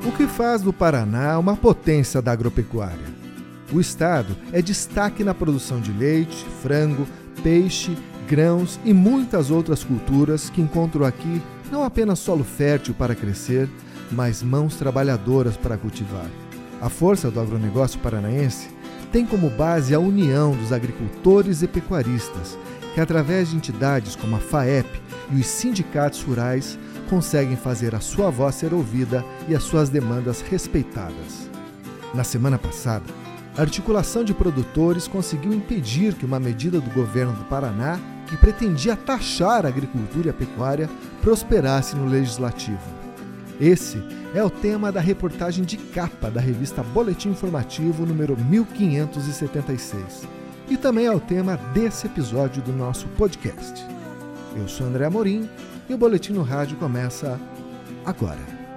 O que faz do Paraná uma potência da agropecuária? O estado é destaque na produção de leite, frango, peixe, grãos e muitas outras culturas que encontram aqui não apenas solo fértil para crescer, mas mãos trabalhadoras para cultivar. A força do agronegócio paranaense tem como base a união dos agricultores e pecuaristas, que através de entidades como a FAEP e os sindicatos rurais conseguem fazer a sua voz ser ouvida e as suas demandas respeitadas. Na semana passada, a articulação de produtores conseguiu impedir que uma medida do governo do Paraná, que pretendia taxar a agricultura e a pecuária, prosperasse no Legislativo. Esse é o tema da reportagem de capa da revista Boletim Informativo número 1576. E também é o tema desse episódio do nosso podcast. Eu sou André Amorim e o Boletim no Rádio começa agora.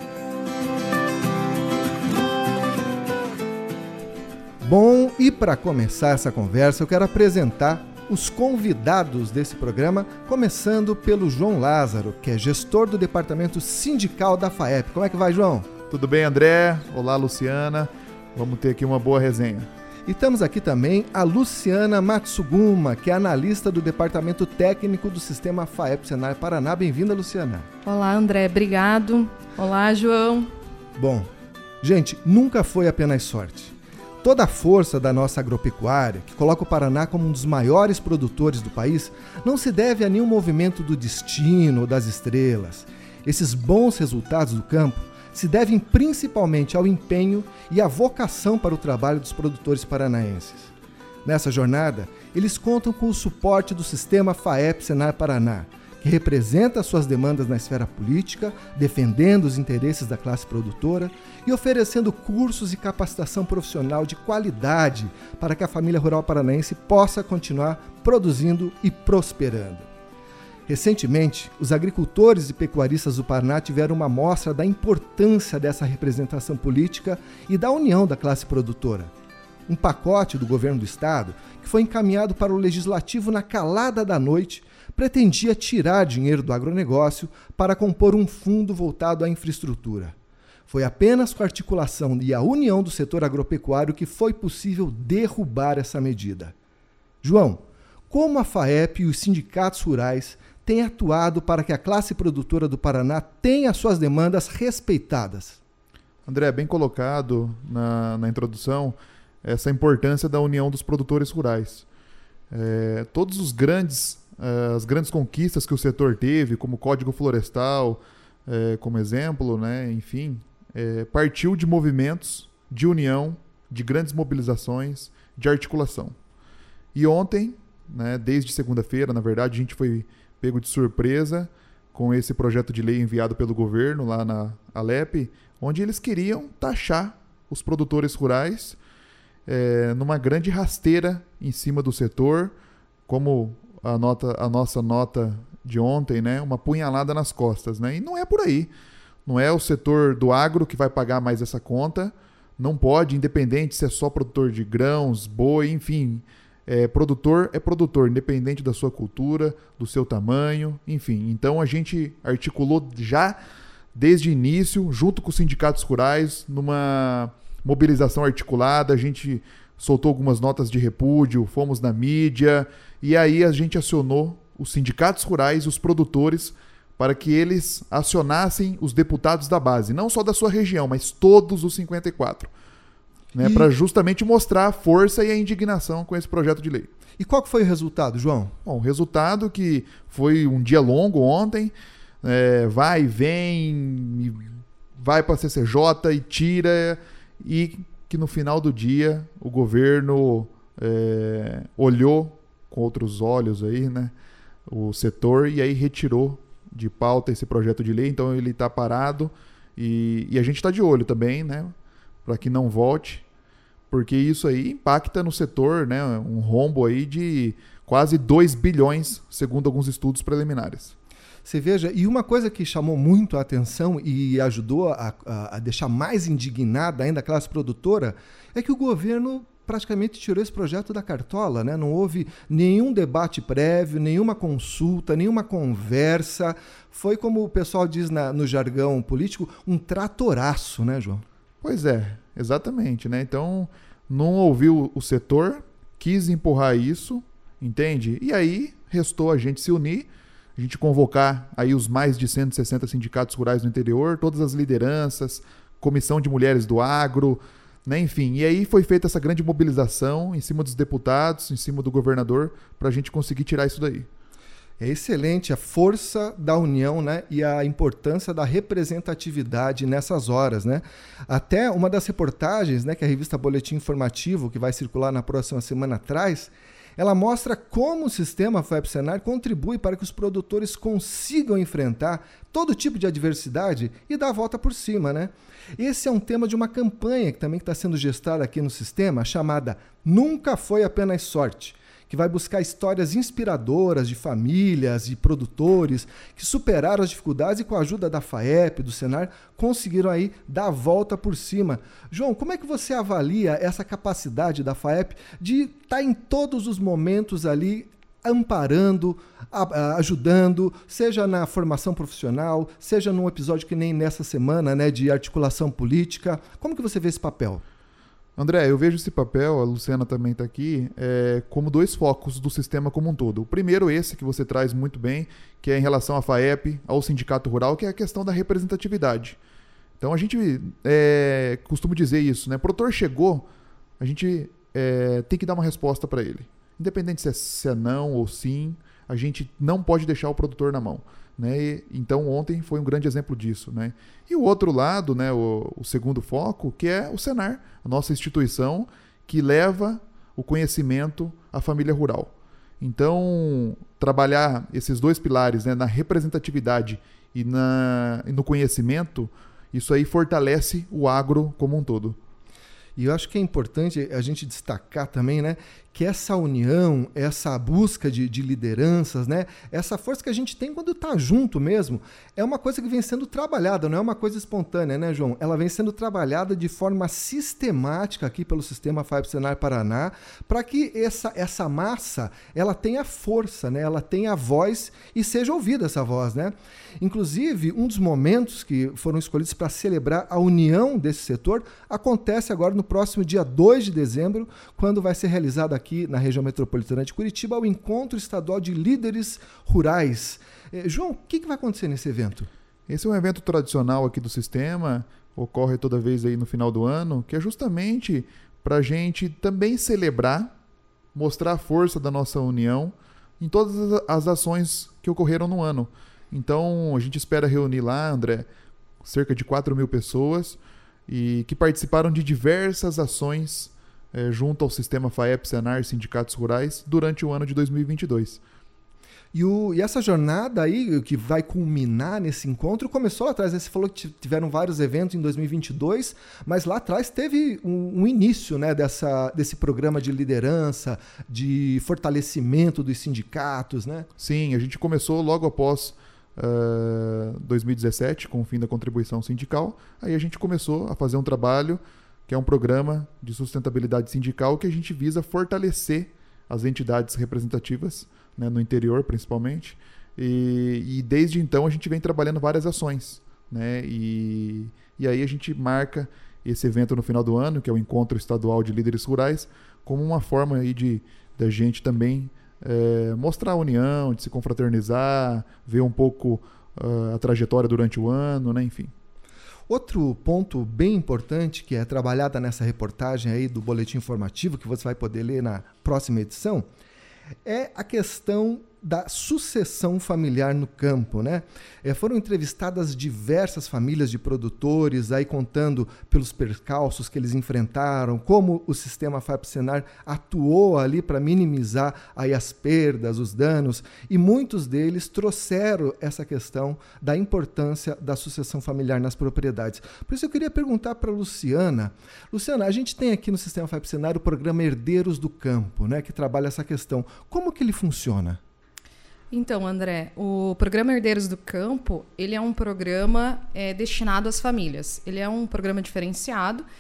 Bom, e para começar essa conversa, eu quero apresentar os convidados desse programa, começando pelo João Lázaro, que é gestor do departamento sindical da FAEP. Como é que vai, João? Tudo bem, André? Olá, Luciana. Vamos ter aqui uma boa resenha. E estamos aqui também a Luciana Matsuguma, que é analista do Departamento Técnico do Sistema FAEP Senar Paraná. Bem-vinda, Luciana. Olá, André. Obrigado. Olá, João. Bom, gente, nunca foi apenas sorte. Toda a força da nossa agropecuária, que coloca o Paraná como um dos maiores produtores do país, não se deve a nenhum movimento do destino ou das estrelas. Esses bons resultados do campo se devem principalmente ao empenho e à vocação para o trabalho dos produtores paranaenses. Nessa jornada, eles contam com o suporte do sistema FAEP Senar Paraná, que representa suas demandas na esfera política, defendendo os interesses da classe produtora e oferecendo cursos e capacitação profissional de qualidade para que a família rural paranaense possa continuar produzindo e prosperando. Recentemente, os agricultores e pecuaristas do Paraná tiveram uma amostra da importância dessa representação política e da união da classe produtora. Um pacote do governo do estado, que foi encaminhado para o Legislativo na calada da noite, pretendia tirar dinheiro do agronegócio para compor um fundo voltado à infraestrutura. Foi apenas com a articulação e a união do setor agropecuário que foi possível derrubar essa medida. João, como a FAEP e os sindicatos rurais têm atuado para que a classe produtora do Paraná tenha suas demandas respeitadas? André, bem colocado na introdução essa importância da união dos produtores rurais. Todos as grandes conquistas que o setor teve, como o Código Florestal, como exemplo, né, enfim, partiu de movimentos de união, de grandes mobilizações, de articulação. E ontem, né, desde segunda-feira, na verdade, a gente foi pego de surpresa com esse projeto de lei enviado pelo governo lá na Alep, onde eles queriam taxar os produtores rurais numa grande rasteira em cima do setor, como a nossa nota de ontem, né, uma punhalada nas costas, né? E não é por aí. Não é o setor do agro que vai pagar mais essa conta. Não pode, independente se é só produtor de grãos, boi, enfim. Produtor é produtor, independente da sua cultura, do seu tamanho, enfim. Então a gente articulou já desde o início, junto com os sindicatos rurais, numa mobilização articulada. A gente soltou algumas notas de repúdio, fomos na mídia, e aí a gente acionou os sindicatos rurais, os produtores, para que eles acionassem os deputados da base, não só da sua região, mas todos os 54. Né, para justamente mostrar a força e a indignação com esse projeto de lei. E qual que foi o resultado, João? Bom, o resultado que foi um dia longo ontem, vai e vem, vai para a CCJ e tira, e que no final do dia o governo olhou com outros olhos aí, né, o setor, e aí retirou de pauta esse projeto de lei. Então ele está parado e a gente está de olho também, né, para que não volte, porque isso aí impacta no setor, né, um rombo aí de quase 2 bilhões, segundo alguns estudos preliminares. Você veja, e uma coisa que chamou muito a atenção e ajudou a deixar mais indignada ainda a classe produtora é que o governo praticamente tirou esse projeto da cartola, né? Não houve nenhum debate prévio, nenhuma consulta, nenhuma conversa. Foi, como o pessoal diz no jargão político, um tratoraço, né, João? Pois é, exatamente, né? Então, não ouviu o setor, quis empurrar isso, entende? E aí, restou a gente se unir, a gente convocar aí os mais de 160 sindicatos rurais no interior, todas as lideranças, comissão de mulheres do agro, né? Enfim. E aí foi feita essa grande mobilização em cima dos deputados, em cima do governador, para a gente conseguir tirar isso daí. É excelente a força da união, né, e a importância da representatividade nessas horas, né? Até uma das reportagens, né, que a revista Boletim Informativo, que vai circular na próxima semana, traz, ela mostra como o sistema FAEP-Senar contribui para que os produtores consigam enfrentar todo tipo de adversidade e dar a volta por cima, né? Esse é um tema de uma campanha que também está sendo gestada aqui no sistema, chamada Nunca Foi Apenas Sorte, que vai buscar histórias inspiradoras de famílias e produtores que superaram as dificuldades e, com a ajuda da FAEP, do Senar, conseguiram aí dar a volta por cima. João, como é que você avalia essa capacidade da FAEP de estar em todos os momentos ali amparando, ajudando, seja na formação profissional, seja num episódio que nem nessa semana, né, de articulação política? Como que você vê esse papel? André, eu vejo esse papel, a Luciana também está aqui, como dois focos do sistema como um todo. O primeiro, esse que você traz muito bem, que é em relação à FAEP, ao sindicato rural, que é a questão da representatividade. Então a gente costuma dizer isso, né? O produtor chegou, a gente tem que dar uma resposta para ele. Independente se é não ou sim, a gente não pode deixar o produtor na mão. Né? Então ontem foi um grande exemplo disso, né? E o outro lado, né, o segundo foco, que é o Senar, a nossa instituição que leva o conhecimento à família rural. Então, trabalhar esses dois pilares, né, na representatividade e no conhecimento, isso aí fortalece o agro como um todo. E eu acho que é importante a gente destacar também, né, que essa união, essa busca de lideranças, né, essa força que a gente tem quando está junto mesmo, é uma coisa que vem sendo trabalhada, não é uma coisa espontânea, né, João? Ela vem sendo trabalhada de forma sistemática aqui pelo sistema FAEP-Senar Paraná, para que essa massa ela tenha força, né, ela tenha voz e seja ouvida essa voz, né? Inclusive, um dos momentos que foram escolhidos para celebrar a união desse setor acontece agora no próximo dia 2 de dezembro, quando vai ser realizado aqui na região metropolitana de Curitiba o Encontro Estadual de Líderes Rurais. João, o que vai acontecer nesse evento? Esse é um evento tradicional aqui do sistema, ocorre toda vez aí no final do ano, que é justamente para a gente também celebrar, mostrar a força da nossa união em todas as ações que ocorreram no ano. Então, a gente espera reunir lá, André, cerca de 4.000 pessoas e que participaram de diversas ações junto ao sistema FAEP-Senar e sindicatos rurais durante o ano de 2022. E essa jornada aí, que vai culminar nesse encontro, começou lá atrás, né? Você falou que tiveram vários eventos em 2022, mas lá atrás teve um início, né, desse programa de liderança, de fortalecimento dos sindicatos, né? Sim, a gente começou logo após 2017, com o fim da contribuição sindical. Aí a gente começou a fazer um trabalho que é um programa de sustentabilidade sindical que a gente visa fortalecer as entidades representativas, né, no interior principalmente, e desde então a gente vem trabalhando várias ações, né, e aí a gente marca esse evento no final do ano, que é o Encontro Estadual de Líderes Rurais, como uma forma aí da gente também mostrar a união, de se confraternizar, ver um pouco a trajetória durante o ano, né, enfim. Outro ponto bem importante que é trabalhada nessa reportagem aí do Boletim Informativo, que você vai poder ler na próxima edição, é a questão da sucessão familiar no campo, né? Foram entrevistadas diversas famílias de produtores, aí contando pelos percalços que eles enfrentaram, como o sistema FAEP-Senar atuou ali para minimizar aí as perdas, os danos, e muitos deles trouxeram essa questão da importância da sucessão familiar nas propriedades. Por isso eu queria perguntar para a Luciana. Luciana, a gente tem aqui no sistema FAEP-Senar o programa Herdeiros do Campo, né, que trabalha essa questão. Como que ele funciona? Então, André, o programa Herdeiros do Campo, ele é um programa destinado às famílias. Ele é um programa diferenciado,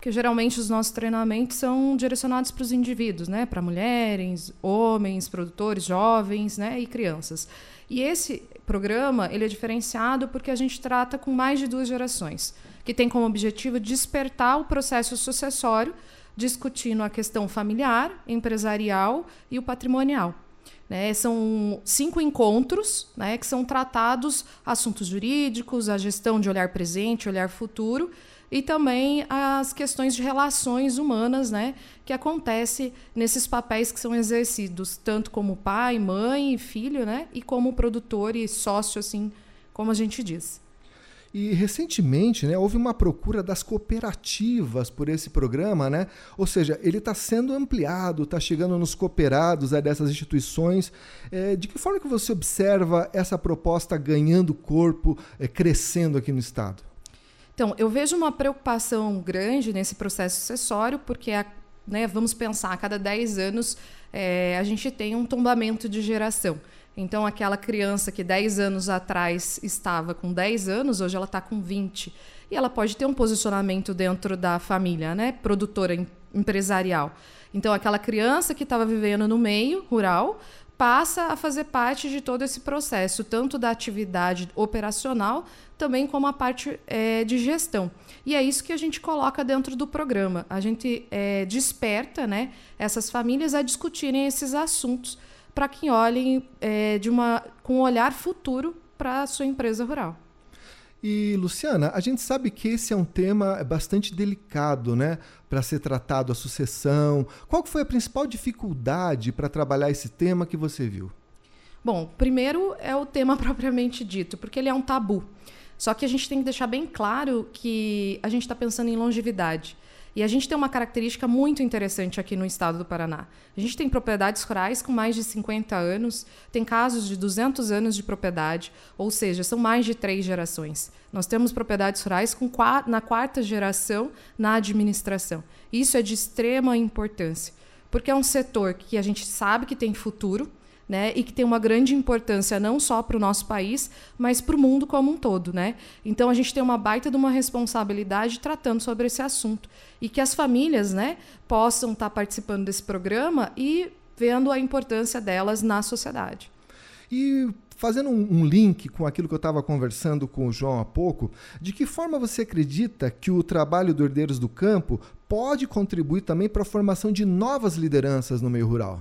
porque geralmente os nossos treinamentos são direcionados para os indivíduos, né? Para mulheres, homens, produtores, jovens, né? E crianças. E esse programa ele é diferenciado porque a gente trata com mais de 2 gerações, que tem como objetivo despertar o processo sucessório, discutindo a questão familiar, empresarial e o patrimonial. Né? São 5 encontros, né, que são tratados assuntos jurídicos, a gestão de olhar presente, olhar futuro, e também as questões de relações humanas, né, que acontece nesses papéis que são exercidos, tanto como pai, mãe e filho, né, e como produtor e sócio, assim como a gente diz. E recentemente, né, houve uma procura das cooperativas por esse programa, né? Ou seja, ele está sendo ampliado, está chegando nos cooperados dessas instituições. De que forma que você observa essa proposta ganhando corpo, crescendo aqui no Estado? Então, eu vejo uma preocupação grande nesse processo sucessório, porque, né, vamos pensar, a cada 10 anos a gente tem um tombamento de geração. Então, aquela criança que 10 anos atrás estava com 10 anos, hoje ela está com 20. E ela pode ter um posicionamento dentro da família, né? Produtora empresarial. Então, aquela criança que estava vivendo no meio rural passa a fazer parte de todo esse processo, tanto da atividade operacional, também como a parte de gestão. E é isso que a gente coloca dentro do programa. A gente desperta, né, essas famílias a discutirem esses assuntos, para que olhem com um olhar futuro para a sua empresa rural. E, Luciana, a gente sabe que esse é um tema bastante delicado, né, para ser tratado, a sucessão. Qual foi a principal dificuldade para trabalhar esse tema que você viu? Bom, primeiro é o tema propriamente dito, porque ele é um tabu. Só que a gente tem que deixar bem claro que a gente está pensando em longevidade. E a gente tem uma característica muito interessante aqui no estado do Paraná. A gente tem propriedades rurais com mais de 50 anos, tem casos de 200 anos de propriedade, ou seja, são mais de 3 gerações. Nós temos propriedades rurais na 4ª geração na administração. Isso é de extrema importância, porque é um setor que a gente sabe que tem futuro, né, e que tem uma grande importância não só para o nosso país, mas para o mundo como um todo, né? Então a gente tem uma baita de uma responsabilidade tratando sobre esse assunto e que as famílias, né, possam estar participando desse programa e vendo a importância delas na sociedade. E fazendo um link com aquilo que eu estava conversando com o João há pouco, de que forma você acredita que o trabalho do Herdeiros do Campo pode contribuir também para a formação de novas lideranças no meio rural?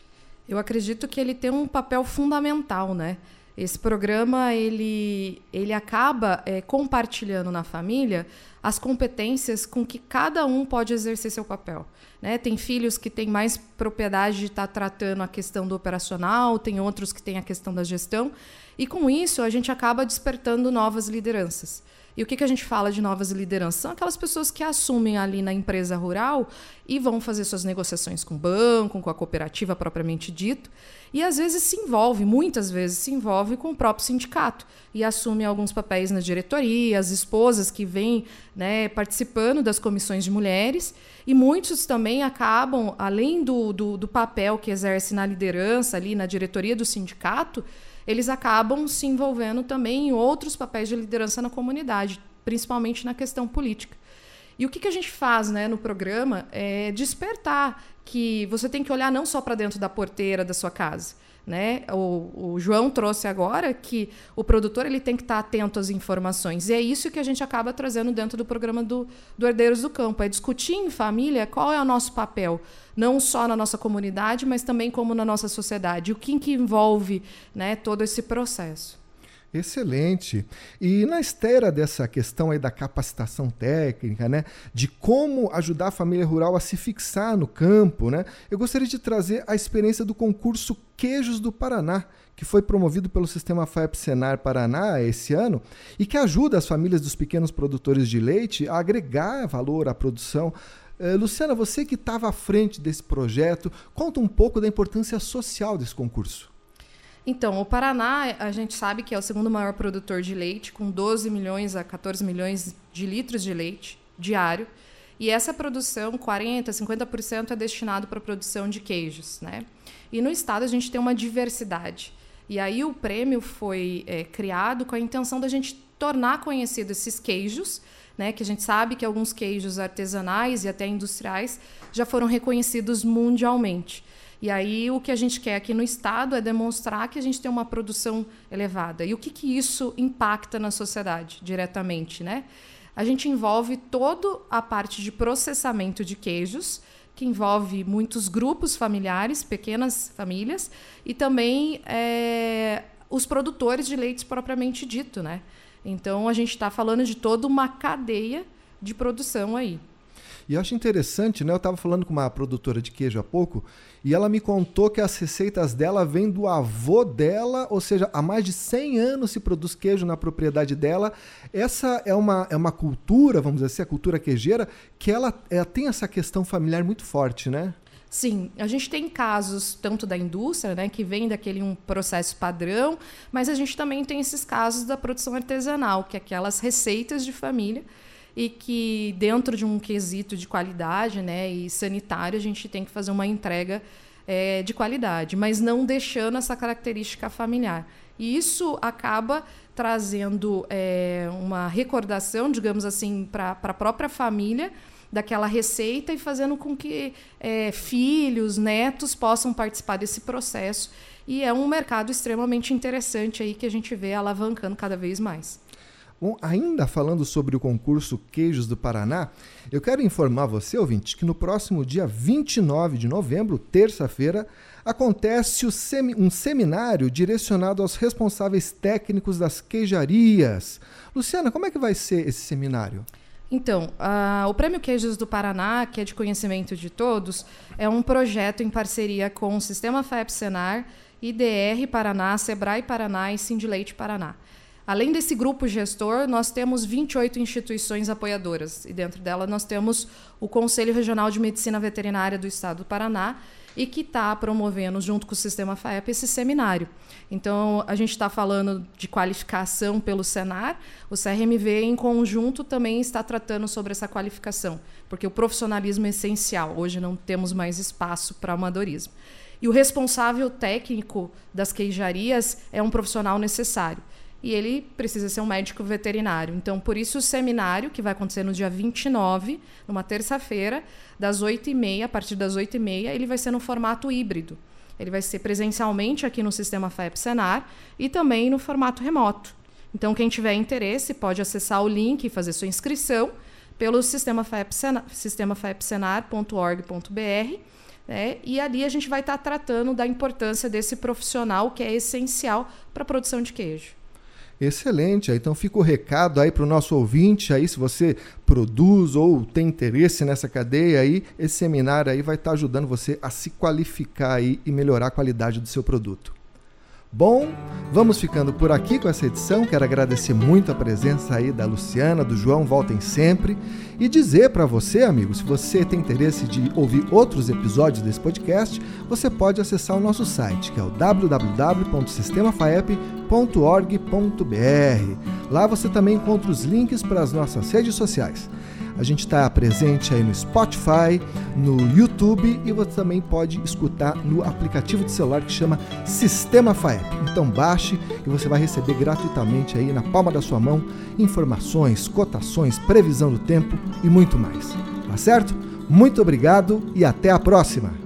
Eu acredito que ele tem um papel fundamental, né? Esse programa ele acaba compartilhando na família as competências com que cada um pode exercer seu papel, né? Tem filhos que têm mais propriedade de estar tratando a questão do operacional, tem outros que têm a questão da gestão, e com isso a gente acaba despertando novas lideranças. E o que a gente fala de novas lideranças? São aquelas pessoas que assumem ali na empresa rural e vão fazer suas negociações com o banco, com a cooperativa propriamente dito, e às vezes muitas vezes se envolve com o próprio sindicato e assume alguns papéis na diretoria, as esposas que vêm, né, participando das comissões de mulheres, e muitos também acabam, além do papel que exerce na liderança, ali na diretoria do sindicato, eles acabam se envolvendo também em outros papéis de liderança na comunidade, principalmente na questão política. E o que a gente faz, né, no programa é despertar que você tem que olhar não só para dentro da porteira da sua casa, né? O João trouxe agora que o produtor ele tem que estar atento às informações. E é isso que a gente acaba trazendo dentro do programa do Herdeiros do Campo. É discutir em família qual é o nosso papel, não só na nossa comunidade, mas também como na nossa sociedade. O que envolve, né, todo esse processo. Excelente. E na esteira dessa questão aí da capacitação técnica, né, de como ajudar a família rural a se fixar no campo, né, eu gostaria de trazer a experiência do concurso Queijos do Paraná, que foi promovido pelo Sistema FAEP-Senar Paraná esse ano e que ajuda as famílias dos pequenos produtores de leite a agregar valor à produção. Luciana, você que estava à frente desse projeto, conta um pouco da importância social desse concurso. Então, o Paraná, a gente sabe que é o segundo maior produtor de leite, com 12 milhões a 14 milhões de litros de leite diário. E essa produção, 40%, 50% é destinado para a produção de queijos, né? E no estado a gente tem uma diversidade. E aí o prêmio foi criado com a intenção da gente tornar conhecidos esses queijos, né, que a gente sabe que alguns queijos artesanais e até industriais já foram reconhecidos mundialmente. E aí o que a gente quer aqui no estado é demonstrar que a gente tem uma produção elevada. E o que isso impacta na sociedade diretamente, né? A gente envolve toda a parte de processamento de queijos, que envolve muitos grupos familiares, pequenas famílias, e também os produtores de leites propriamente dito, né? Então a gente está falando de toda uma cadeia de produção aí. E eu acho interessante, né? Eu estava falando com uma produtora de queijo há pouco e ela me contou que as receitas dela vêm do avô dela, ou seja, há mais de 100 anos se produz queijo na propriedade dela. Essa é uma cultura, vamos dizer assim, a cultura queijeira, que ela tem essa questão familiar muito forte, né? Sim, a gente tem casos tanto da indústria, né, que vem daquele um processo padrão, mas a gente também tem esses casos da produção artesanal, que é aquelas receitas de família, e que dentro de um quesito de qualidade, né, e sanitário, a gente tem que fazer uma entrega de qualidade, mas não deixando essa característica familiar. E isso acaba trazendo uma recordação, digamos assim, para a própria família daquela receita e fazendo com que filhos, netos possam participar desse processo. E é um mercado extremamente interessante aí que a gente vê alavancando cada vez mais. Bom, ainda falando sobre o concurso Queijos do Paraná, eu quero informar você, ouvinte, que no próximo dia 29 de novembro, terça-feira, acontece um seminário direcionado aos responsáveis técnicos das queijarias. Luciana, como é que vai ser esse seminário? Então, o Prêmio Queijos do Paraná, que é de conhecimento de todos, é um projeto em parceria com o Sistema FAEP-Senar, IDR Paraná, Sebrae Paraná e Sindileite Paraná. Além desse grupo gestor, nós temos 28 instituições apoiadoras, e dentro dela nós temos o Conselho Regional de Medicina Veterinária do Estado do Paraná, e que está promovendo, junto com o Sistema FAEP, esse seminário. Então, a gente está falando de qualificação pelo Senar, o CRMV, em conjunto, também está tratando sobre essa qualificação, porque o profissionalismo é essencial. Hoje não temos mais espaço para amadorismo. E o responsável técnico das queijarias é um profissional necessário. E ele precisa ser um médico veterinário. Então, por isso, o seminário, que vai acontecer no dia 29, numa terça-feira, das 8h30, a partir das 8h30, ele vai ser no formato híbrido. Ele vai ser presencialmente aqui no Sistema FAEP-Senar e também no formato remoto. Então, quem tiver interesse pode acessar o link e fazer sua inscrição pelo sistemafaepsenar.org.br, né? E ali a gente vai estar tratando da importância desse profissional que é essencial para a produção de queijo. Excelente, então fica o recado aí para o nosso ouvinte, aí se você produz ou tem interesse nessa cadeia aí, esse seminário aí vai estar ajudando você a se qualificar aí e melhorar a qualidade do seu produto. Bom, vamos ficando por aqui com essa edição. Quero agradecer muito a presença aí da Luciana, do João, voltem sempre. E dizer para você, amigo, se você tem interesse de ouvir outros episódios desse podcast, você pode acessar o nosso site, que é o www.sistemafaep.org.br. Lá você também encontra os links para as nossas redes sociais. A gente está presente aí no Spotify, no YouTube e você também pode escutar no aplicativo de celular que chama Sistema FAEP. Então baixe e você vai receber gratuitamente aí na palma da sua mão informações, cotações, previsão do tempo e muito mais. Tá certo? Muito obrigado e até a próxima!